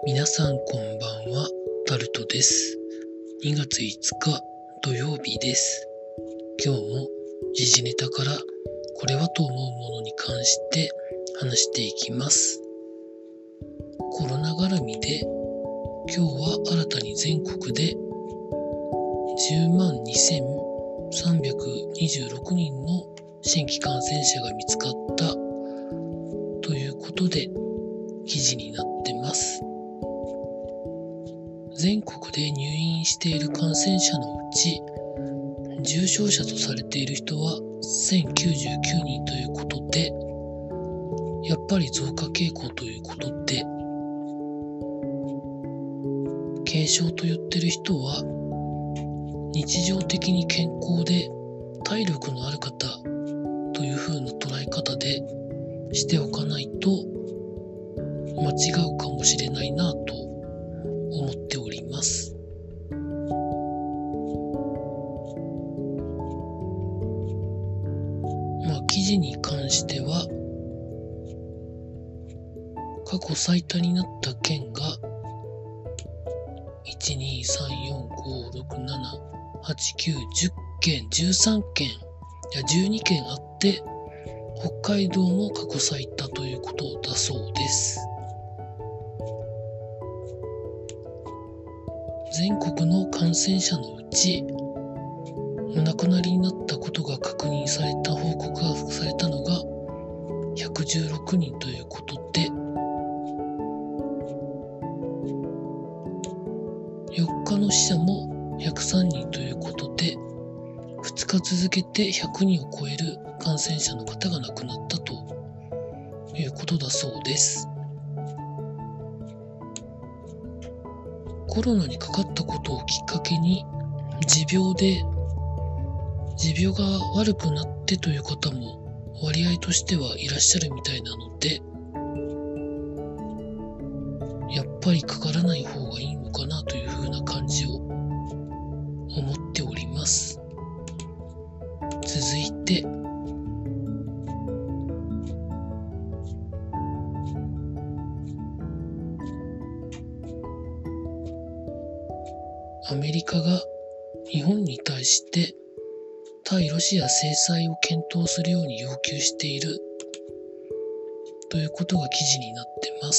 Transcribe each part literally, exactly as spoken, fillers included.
皆さんこんばんは、タルトです。にがついつか土曜日です。今日も時事ネタからこれはと思うものに関して話していきます。コロナ絡みで今日は新たに全国でじゅうまんにせんさんびゃくにじゅうろくにんの新規感染者が見つかったということで記事になってます。全国で入院している感染者のうち重症者とされている人はせんきゅうじゅうきゅうにんということで、やっぱり増加傾向ということで、軽症と言ってる人は日常的に健康で体力のある方という風な捉え方でしておかないと間違うかもしれないなと思っております。まあ記事に関しては過去最多になった県がいち、に、さん、よん、ご、ろく、なな、はち、きゅう、じゅっけん、じゅうさんけん、いやじゅうにけんあって、北海道も過去最多ということだそうです。全国の感染者のうち、お亡くなりになったことが確認された報告がされたのがひゃくじゅうろくにんということで、よっかの死者もひゃくさんにんということで、ふつか続けてひゃくにんを超える感染者の方が亡くなったということだそうです。コロナにかかったことをきっかけに持病で持病が悪くなってという方も割合としてはいらっしゃるみたいなので、やっぱりかからない方がいいのかなというふうな感じを思っております。続いてアメリカが日本に対して対ロシア制裁を検討するように要求しているということが記事になってます。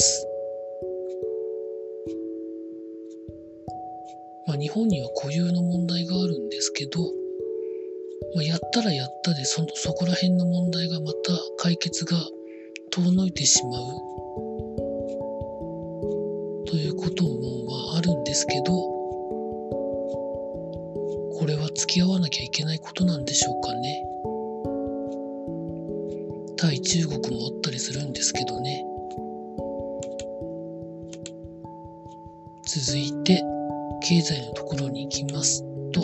まあ、日本には固有の問題があるんですけど、まあ、やったらやったで そ, そこら辺の問題がまた解決が遠のいてしまうということもまああるんですけど、これは付き合わなきゃいけないことなんでしょうかね。対中国もあったりするんですけどね。続いて経済のところに行きますと、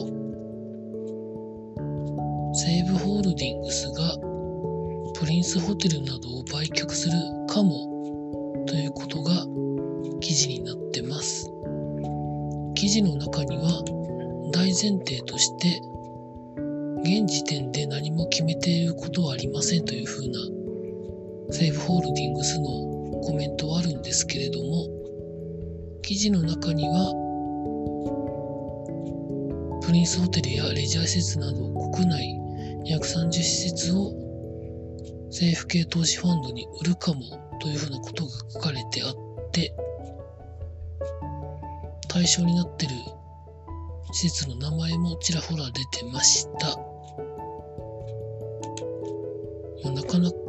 西武ホールディングスがプリンスホテルなどを売却するかもということが記事になってます。記事の中には大前提として現時点で何も決めていることはありませんというふうな西武ホールディングスのコメントはあるんですけれども、記事の中にはプリンスホテルやレジャー施設など国内ひゃくさんじゅう施設を政府系投資ファンドに売るかもというふうなことが書かれてあって、対象になっている施設の名前もちらほら出てました。まあ、なかなか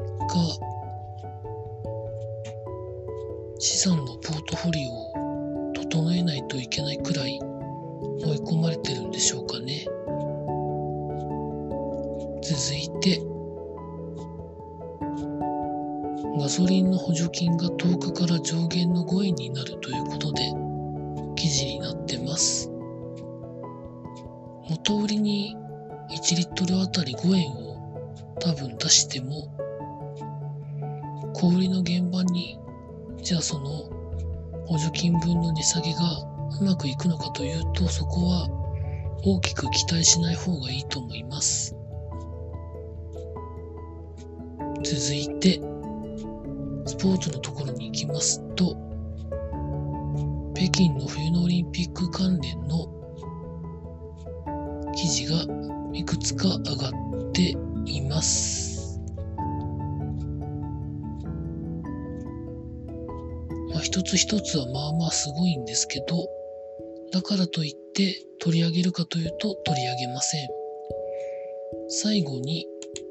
資産のポートフォリオを整えないといけないくらい追い込まれてるんでしょうかね。続いてガソリンの補助金がとおかから上限のごえんになるということで記事になってます。元売りにいちリットルあたりごえんを多分出しても、小売りの現場にじゃあその補助金分の値下げがうまくいくのかというと、そこは大きく期待しない方がいいと思います。続いてスポーツのところに行きますと、 北京の冬のオリンピック関連の記事がいくつか上がっています。まあ、一つ一つはまあまあすごいんですけど、だからといって取り上げるかというと取り上げません。最後に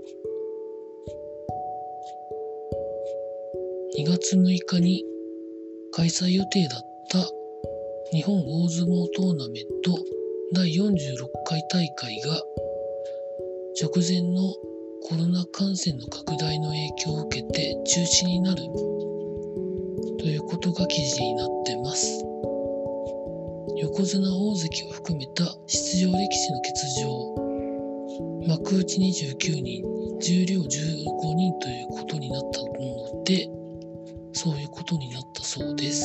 にがつむいかに開催予定だった日本大相撲トーナメントだいよんじゅうろっかい大会が直前のコロナ感染の拡大の影響を受けて中止になるということが記事になってます。横綱大関を含めた出場力士の欠場、幕内にじゅうきゅうにん、十両じゅうごにんということになったので、そういうことになったそうです。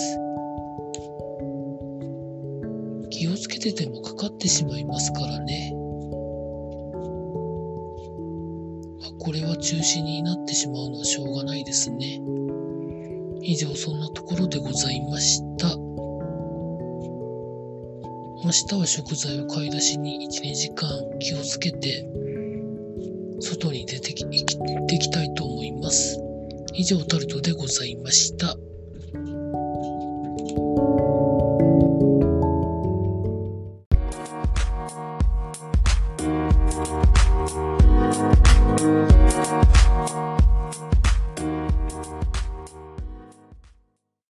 気をつけててもかかってしまいますからね。これは中止になってしまうのはしょうがないですね。以上、そんなところでございました。明日は食材を買い出しにいち、にじかん気をつけて外に出てき、行ってきたいと思います。以上、タルトでございました。